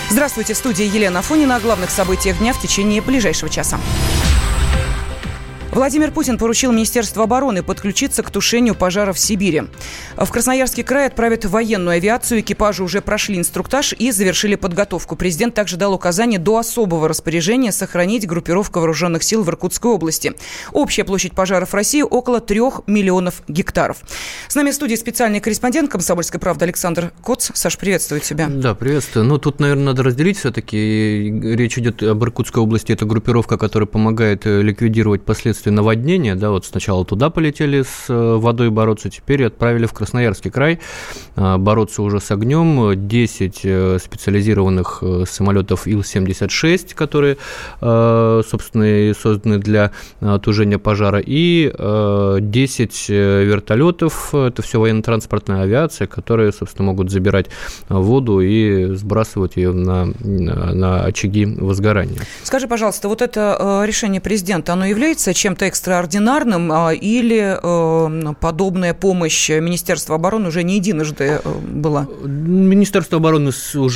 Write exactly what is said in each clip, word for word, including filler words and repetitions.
Здравствуйте, в студии Елена Афонина. О главных событиях дня в течение ближайшего часа. Владимир Путин поручил Министерству обороны подключиться к тушению пожаров в Сибири. В Красноярский край отправят военную авиацию. Экипажи уже прошли инструктаж и завершили подготовку. Президент также дал указание до особого распоряжения сохранить группировку вооруженных сил в Иркутской области. Общая площадь пожаров в России около трех миллионов гектаров. С нами в студии специальный корреспондент «Комсомольской правды» Александр Коц. Саш, приветствую тебя. Да, приветствую. Ну, тут, наверное, надо разделить все-таки. Речь идет об Иркутской области. Это группировка, которая помогает ликвидировать последствия наводнения, да, вот сначала туда полетели с водой бороться, теперь отправили в Красноярский край бороться уже с огнем. десять специализированных самолетов Ил семьдесят шесть, которые, собственно, созданы для тушения пожара, и десять вертолетов, это все военно-транспортная авиация, которые, собственно, могут забирать воду и сбрасывать ее на, на очаги возгорания. Скажи, пожалуйста, вот это решение президента, оно является чем-то экстраординарным, или подобная помощь Министерства обороны уже не единожды была? Министерство обороны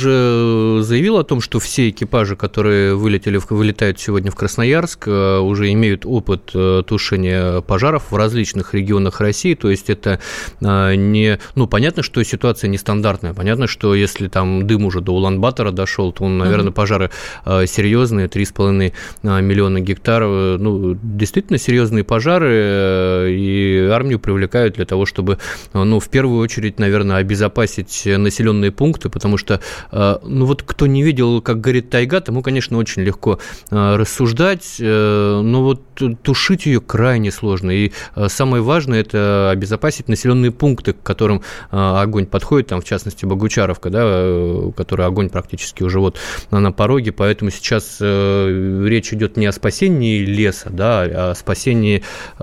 уже заявило о том, что все экипажи, которые вылетели, вылетают сегодня в Красноярск, уже имеют опыт тушения пожаров в различных регионах России. То есть это не... Ну, понятно, что ситуация нестандартная. Понятно, что если там дым уже до Улан-Батора дошел, то, наверное, пожары серьезные, три с половиной миллиона гектаров. Ну, действительно серьезные пожары, и армию привлекают для того, чтобы, ну, в первую очередь, наверное, обезопасить населенные пункты, потому что, ну, вот кто не видел, как горит тайга, тому, конечно, очень легко рассуждать, но вот тушить ее крайне сложно, и самое важное – это обезопасить населенные пункты, к которым огонь подходит, там, в частности, Богучаровка, да, который огонь практически уже вот на пороге, поэтому сейчас речь идет не о спасении леса, да, а о спасении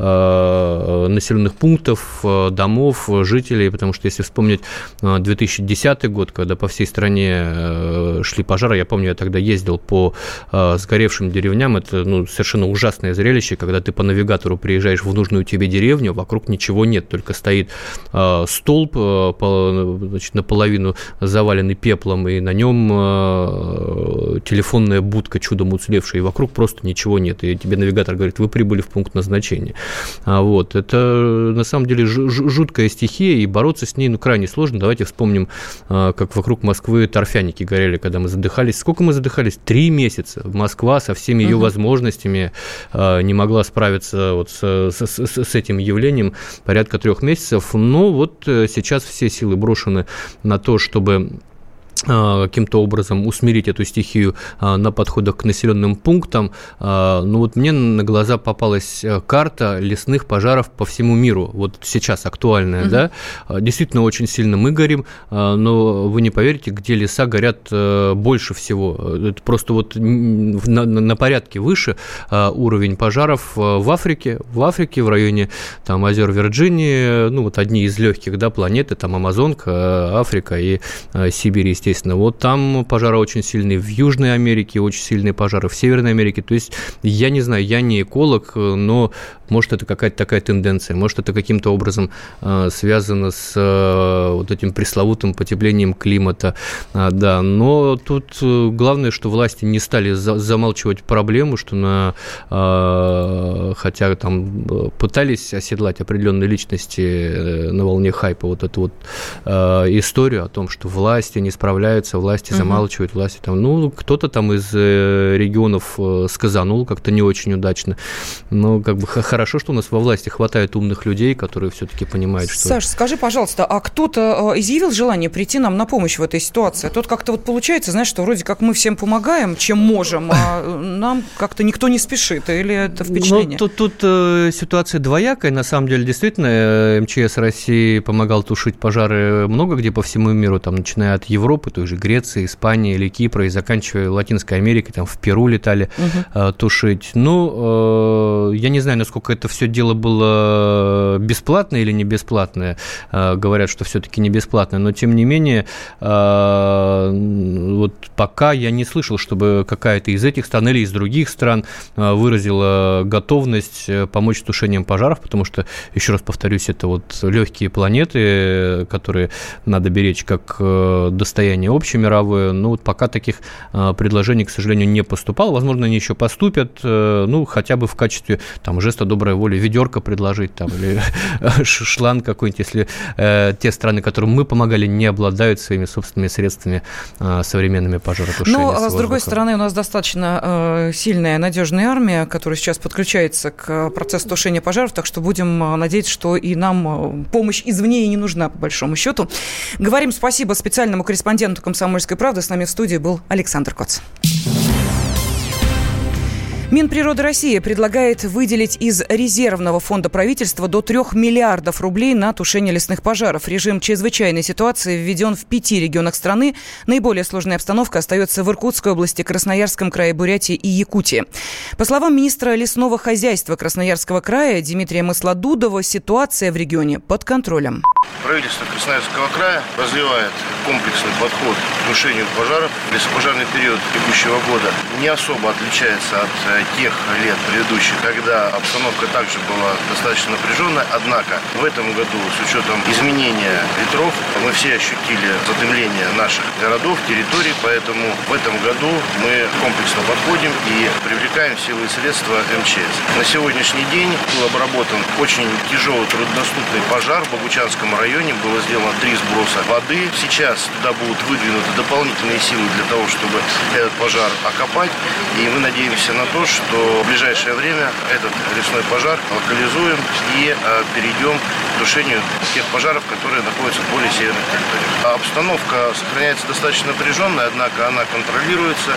э, населенных пунктов, домов, жителей, потому что если вспомнить две тысячи десятый год, когда по всей стране э, шли пожары, я помню, я тогда ездил по э, сгоревшим деревням, это, ну, совершенно ужасное зрелище, когда ты по навигатору приезжаешь в нужную тебе деревню, вокруг ничего нет, только стоит э, столб, э, по, значит, наполовину заваленный пеплом, и на нем э, телефонная будка, чудом уцелевшая, и вокруг просто ничего нет, и тебе навигатор говорит: вы прибыли в пункт назначения. Вот. Это, на самом деле, жуткая стихия, и бороться с ней, ну, крайне сложно. Давайте вспомним, как вокруг Москвы торфяники горели, когда мы задыхались. Сколько мы задыхались? Три месяца. Москва со всеми ее uh-huh. возможностями не могла справиться вот с, с, с этим явлением порядка трех месяцев. Но вот сейчас все силы брошены на то, чтобы каким-то образом усмирить эту стихию на подходах к населенным пунктам. Ну вот мне на глаза попалась карта лесных пожаров по всему миру, вот сейчас актуальная, угу. да, действительно очень сильно мы горим, но вы не поверите, где леса горят больше всего, это просто вот на, на порядке выше уровень пожаров в Африке, в Африке, в районе там озер Вирджинии, ну вот одни из легких, да, планеты, там Амазонка, Африка и Сибирь, естественно. Вот там пожары очень сильные, в Южной Америке очень сильные пожары, в Северной Америке. То есть, я не знаю, я не эколог, но может, это какая-то такая тенденция, может, это каким-то образом э, связано с э, вот этим пресловутым потеплением климата. А, да, но тут главное, что власти не стали за- замалчивать проблему, что на, э, хотя там пытались оседлать определенные личности э, на волне хайпа вот эту вот э, историю о том, что власти не справляются, власти uh-huh. замалчивают, власти там, ну, кто-то там из э, регионов э, сказанул как-то не очень удачно, но как бы хорошо, что у нас во власти хватает умных людей, которые все-таки понимают, что... Саша, скажи, пожалуйста, а кто-то изъявил желание прийти нам на помощь в этой ситуации? Тут как-то вот получается, знаешь, что вроде как мы всем помогаем, чем можем, а нам как-то никто не спешит, или это впечатление? Ну, тут, тут э, ситуация двоякая, на самом деле, действительно, э, эм че эс России помогал тушить пожары много где по всему миру, там, начиная от Европы, той же Греции, Испании или Кипра, и заканчивая Латинской Америкой, там, в Перу летали угу. э, тушить. Ну, э, я не знаю, насколько это все дело было бесплатное или не бесплатное, говорят, что все-таки не бесплатное, но тем не менее, вот пока я не слышал, чтобы какая-то из этих стран или из других стран выразила готовность помочь с тушением пожаров, потому что, еще раз повторюсь, это вот легкие планеты, которые надо беречь как достояние влияние общемировое. Ну, вот пока таких предложений, к сожалению, не поступало. Возможно, они еще поступят, ну, хотя бы в качестве там жеста доброй воли, ведерко предложить там, или шланг какой-нибудь, если э, те страны, которым мы помогали, не обладают своими собственными средствами э, современными пожаротушения. Ну, а с другой стороны, у нас достаточно э, сильная, надежная армия, которая сейчас подключается к процессу тушения пожаров, так что будем надеяться, что и нам помощь извне и не нужна, по большому счету. Говорим спасибо специальному корреспонденту «Комсомольской правды». С нами в студии был Александр Коц. Минприроды России предлагает выделить из резервного фонда правительства до трех миллиардов рублей на тушение лесных пожаров. Режим чрезвычайной ситуации введен в пяти регионах страны. Наиболее сложная обстановка остается в Иркутской области, Красноярском крае, Бурятии и Якутии. По словам министра лесного хозяйства Красноярского края Дмитрия Мысладудова, ситуация в регионе под контролем. Правительство Красноярского края развивает комплексный подход к тушению пожаров. Лесопожарный период текущего года не особо отличается от тех лет предыдущих, когда обстановка также была достаточно напряженная. Однако в этом году, с учетом изменения ветров, мы все ощутили задымление наших городов, территорий, поэтому в этом году мы комплексно подходим и привлекаем силы и средства эм че эс. На сегодняшний день был обработан очень тяжелый, труднодоступный пожар в Богучанском районе. Было сделано три сброса воды. Сейчас туда будут выдвинуты дополнительные силы для того, чтобы этот пожар окопать. И мы надеемся на то, что в ближайшее время этот лесной пожар локализуем и э, перейдем к тушению тех пожаров, которые находятся в более северных территориях. Обстановка сохраняется достаточно напряженная, однако она контролируется.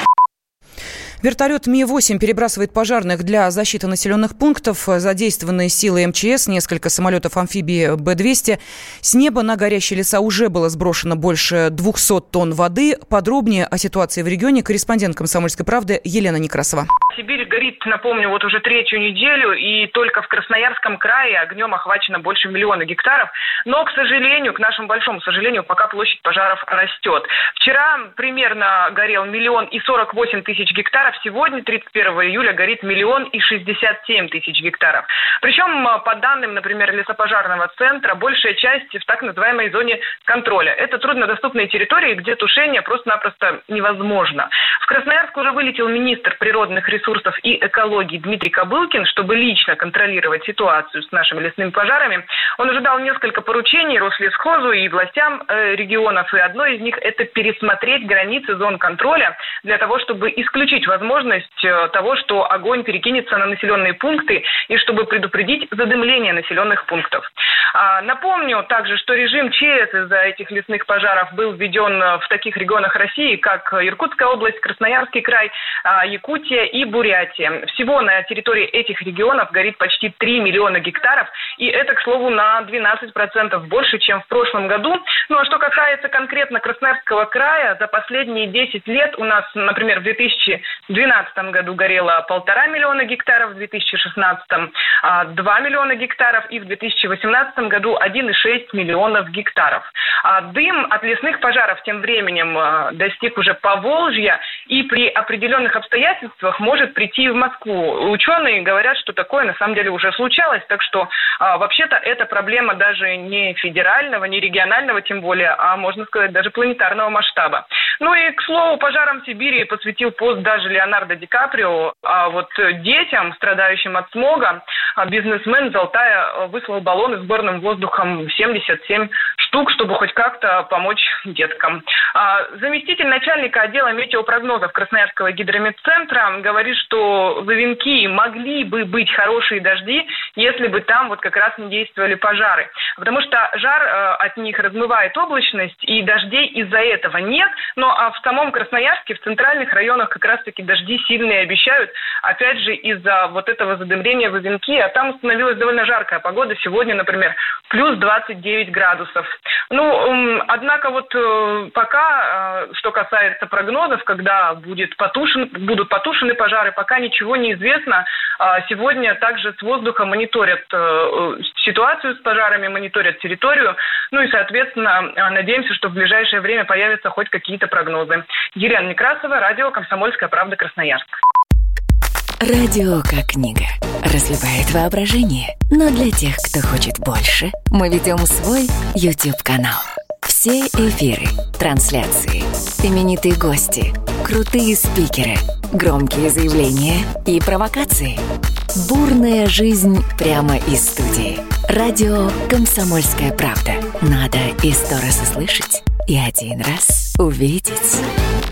Вертолет Ми восемь перебрасывает пожарных для защиты населенных пунктов. Задействованы силы эм че эс, несколько самолетов амфибии Бэ двести. С неба на горящие леса уже было сброшено больше двухсот тонн воды. Подробнее о ситуации в регионе корреспондент «Комсомольской правды» Елена Некрасова. Сибирь горит, напомню, вот уже третью неделю, и только в Красноярском крае огнем охвачено больше миллиона гектаров. Но, к сожалению, к нашему большому сожалению, пока площадь пожаров растет. Вчера примерно горел миллион и сорок восемь тысяч гектаров. Сегодня, тридцать первого июля, горит миллион и шестьдесят семь тысяч гектаров. Причем, по данным, например, лесопожарного центра, большая часть в так называемой зоне контроля. Это труднодоступные территории, где тушение просто-напросто невозможно. В Красноярск уже вылетел министр природных ресурсов и экологии Дмитрий Кобылкин, чтобы лично контролировать ситуацию с нашими лесными пожарами. Он уже дал несколько поручений Рослесхозу и властям э, регионов, и одно из них – это пересмотреть границы зон контроля для того, чтобы исключить возможность возможность того, что огонь перекинется на населенные пункты и чтобы предупредить задымление населенных пунктов. А, напомню также, что режим ЧС из-за этих лесных пожаров был введен в таких регионах России, как Иркутская область, Красноярский край, а, Якутия и Бурятия. Всего на территории этих регионов горит почти три миллиона гектаров, и это, к слову, на двенадцать процентов больше, чем в прошлом году. Ну а что касается конкретно Красноярского края, за последние десять лет у нас, например, в две тысячи двенадцатом году горело полтора миллиона гектаров, в две тысячи шестнадцатом два миллиона гектаров и в две тысячи восемнадцатом году один и шесть миллионов гектаров. А дым от лесных пожаров тем временем достиг уже Поволжья и при определенных обстоятельствах может прийти и в Москву. Ученые говорят, что такое на самом деле уже случалось, так что вообще-то эта проблема даже не федерального, не регионального тем более, а можно сказать даже планетарного масштаба. Ну и, к слову, пожарам Сибири посвятил пост даже Леонардо Ди Каприо, а вот детям, страдающим от смога, бизнесмен из Алтая выслал баллоны с сборным воздухом семьдесят семь штук, чтобы хоть как-то помочь деткам. А заместитель начальника отдела метеопрогнозов Красноярского гидрометцентра говорит, что в Ивенки могли бы быть хорошие дожди, если бы там вот как раз не действовали пожары. Потому что жар э, от них размывает облачность, и дождей из-за этого нет. Но а в самом Красноярске, в центральных районах как раз-таки дожди сильные обещают. Опять же, из-за вот этого задымления в Ивенки, а там установилась довольно жаркая погода. Сегодня, например, плюс двадцать девять градусов. Ну, однако вот пока, что касается прогнозов, когда будет потушен, будут потушены пожары, пока ничего не известно. Сегодня также с воздуха мониторят ситуацию с пожарами, мониторят территорию. Ну и, соответственно, надеемся, что в ближайшее время появятся хоть какие-то прогнозы. Елена Некрасова, радио «Комсомольская правда», Красноярск. Радио как книга. Разливает воображение. Но для тех, кто хочет больше, мы ведем свой YouTube-канал. Все эфиры, трансляции, именитые гости, крутые спикеры, громкие заявления и провокации. Бурная жизнь прямо из студии. Радио «Комсомольская правда». Надо и сто раз услышать, и один раз увидеть.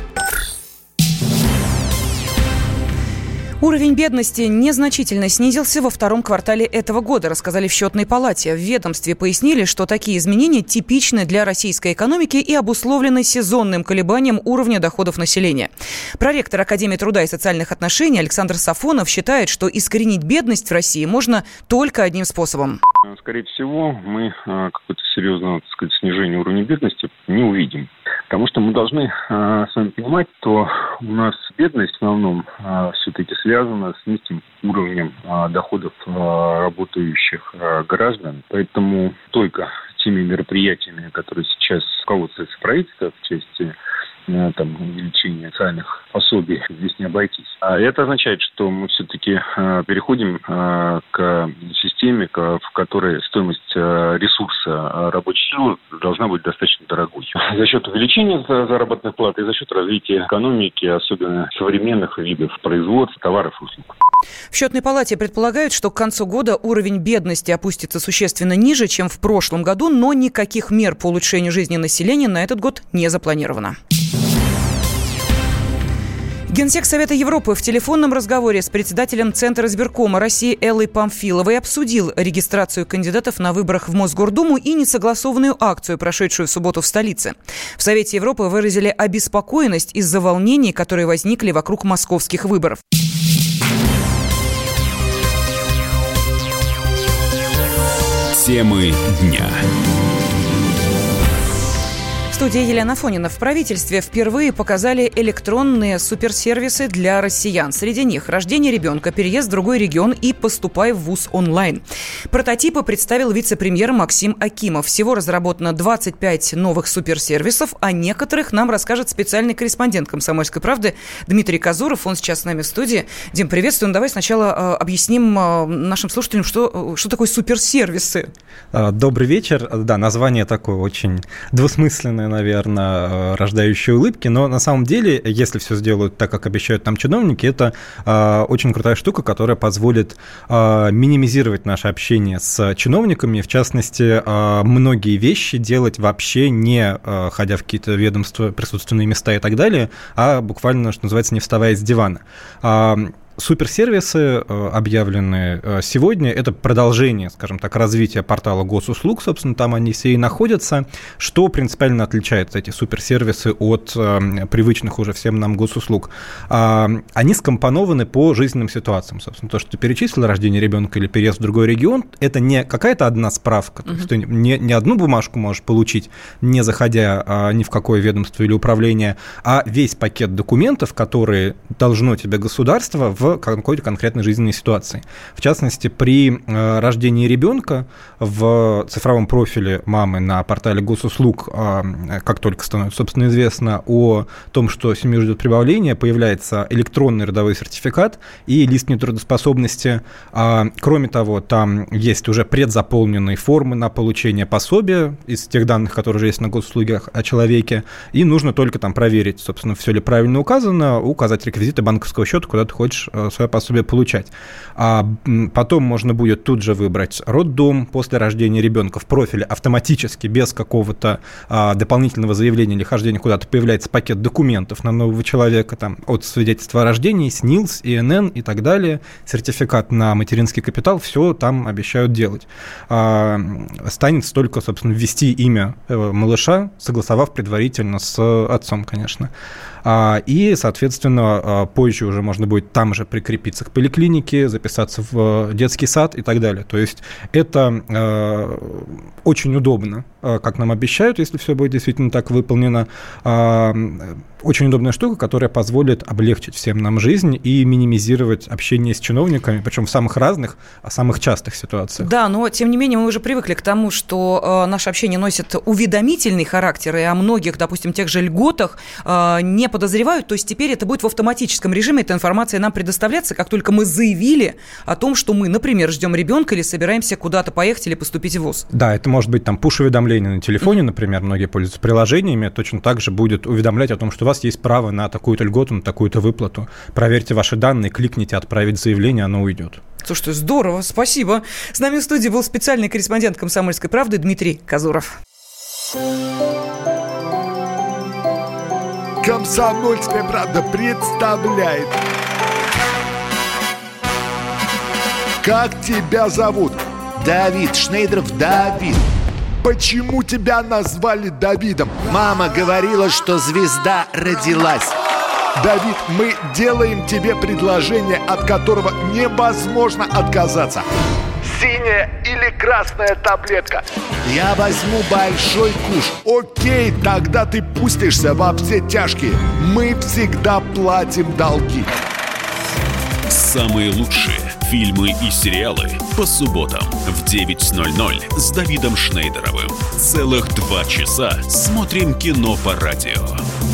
Уровень бедности незначительно снизился во втором квартале этого года, рассказали в Счетной палате. В ведомстве пояснили, что такие изменения типичны для российской экономики и обусловлены сезонным колебанием уровня доходов населения. Проректор Академии труда и социальных отношений Александр Сафонов считает, что искоренить бедность в России можно только одним способом. Скорее всего, мы какое-то серьезное, так сказать, снижение уровня бедности не увидим. Потому что мы должны э, с вами понимать, что у нас бедность в основном э, все-таки связана с низким уровнем э, доходов э, работающих э, граждан. Поэтому только теми мероприятиями, которые сейчас руководствуется правительство в части э, там, увеличения социальных пособий, здесь не обойтись. А это означает, что мы все-таки э, переходим э, к системе, к, в которой стоимость э, ресурса э, рабочей силы должна быть достаточно дорогой. За счет увеличения заработной платы и за счет развития экономики, особенно современных видов производства, товаров и услуг. В Счетной палате предполагают, что к концу года уровень бедности опустится существенно ниже, чем в прошлом году, но никаких мер по улучшению жизни населения на этот год не запланировано. Генсек Совета Европы в телефонном разговоре с председателем Центра избиркома России Эллой Памфиловой обсудил регистрацию кандидатов на выборах в Мосгордуму и несогласованную акцию, прошедшую в субботу в столице. В Совете Европы выразили обеспокоенность из-за волнений, которые возникли вокруг московских выборов. Темы дня. В студии Елена Афонина. В правительстве впервые показали электронные суперсервисы для россиян. Среди них рождение ребенка, переезд в другой регион и поступай в вуз онлайн. Прототипы представил вице-премьер Максим Акимов. Всего разработано двадцать пять новых суперсервисов, о некоторых нам расскажет специальный корреспондент «Комсомольской правды» Дмитрий Казуров. Он сейчас с нами в студии. Дим, приветствуем. Давай сначала э, объясним э, нашим слушателям, что, что такое суперсервисы. Добрый вечер. Да, название такое очень двусмысленное, наверное, рождающие улыбки, но на самом деле, если все сделают так, как обещают нам чиновники, это э, очень крутая штука, которая позволит э, минимизировать наше общение с чиновниками, в частности, э, многие вещи делать вообще не э, ходя в какие-то ведомства, присутственные места и так далее, а буквально, что называется, не вставая с дивана. Суперсервисы, объявленные сегодня, это продолжение, скажем так, развития портала госуслуг, собственно, там они все и находятся. Что принципиально отличает эти суперсервисы от привычных уже всем нам госуслуг? Они скомпонованы по жизненным ситуациям, собственно. То, что ты перечислил, рождение ребенка или переезд в другой регион, это не какая-то одна справка, то есть ты не, не одну бумажку можешь получить, не заходя ни в какое ведомство или управление, а весь пакет документов, которые должно тебе государство в какой-то конкретной жизненной ситуации. В частности, при э, рождении ребенка в цифровом профиле мамы на портале госуслуг, э, как только становится, собственно, известно о том, что семью ждет прибавление, появляется электронный родовой сертификат и лист нетрудоспособности. А, кроме того, там есть уже предзаполненные формы на получение пособия из тех данных, которые уже есть на госуслугах о человеке, и нужно только там проверить, собственно, все ли правильно указано, указать реквизиты банковского счета, куда ты хочешь свое пособие получать. А потом можно будет тут же выбрать роддом после рождения ребенка. В профиле автоматически, без какого-то а, дополнительного заявления или хождения куда-то, появляется пакет документов на нового человека, там, от свидетельства о рождении, СНИЛС, ИНН и так далее, сертификат на материнский капитал, все там обещают делать. А, останется только, собственно, ввести имя малыша, согласовав предварительно с отцом, конечно. А, и, соответственно, позже уже можно будет там же прикрепиться к поликлинике, записаться в детский сад и так далее. То есть это э, очень удобно, как нам обещают, если все будет действительно так выполнено. очень удобная штука, которая позволит облегчить всем нам жизнь и минимизировать общение с чиновниками, причем в самых разных, а самых частых ситуациях. Да, но тем не менее мы уже привыкли к тому, что э, наше общение носит уведомительный характер, и о многих, допустим, тех же льготах э, не подозревают, то есть теперь это будет в автоматическом режиме, эта информация нам предоставляться, как только мы заявили о том, что мы, например, ждем ребенка или собираемся куда-то поехать или поступить в вуз. Да, это может быть там пуш-уведомление на телефоне, например, многие пользуются приложениями, точно так же будет уведомлять о том, что у вас есть право на такую-то льготу, на такую-то выплату. Проверьте ваши данные, кликните «Отправить заявление», оно уйдет. Слушайте, здорово, спасибо. С нами в студии был специальный корреспондент «Комсомольской правды» Дмитрий Казуров. «Комсомольская правда» представляет. Как тебя зовут? Давид. Шнейдров Давид. Почему тебя назвали Давидом? Мама говорила, что звезда родилась. Давид, мы делаем тебе предложение, от которого невозможно отказаться. Синяя или красная таблетка? Я возьму большой куш. Окей, тогда ты пустишься во все тяжкие. Мы всегда платим долги. Самые лучшие фильмы и сериалы по субботам в девять ноль ноль с Давидом Шнейдеровым. Целых два часа смотрим кино по радио.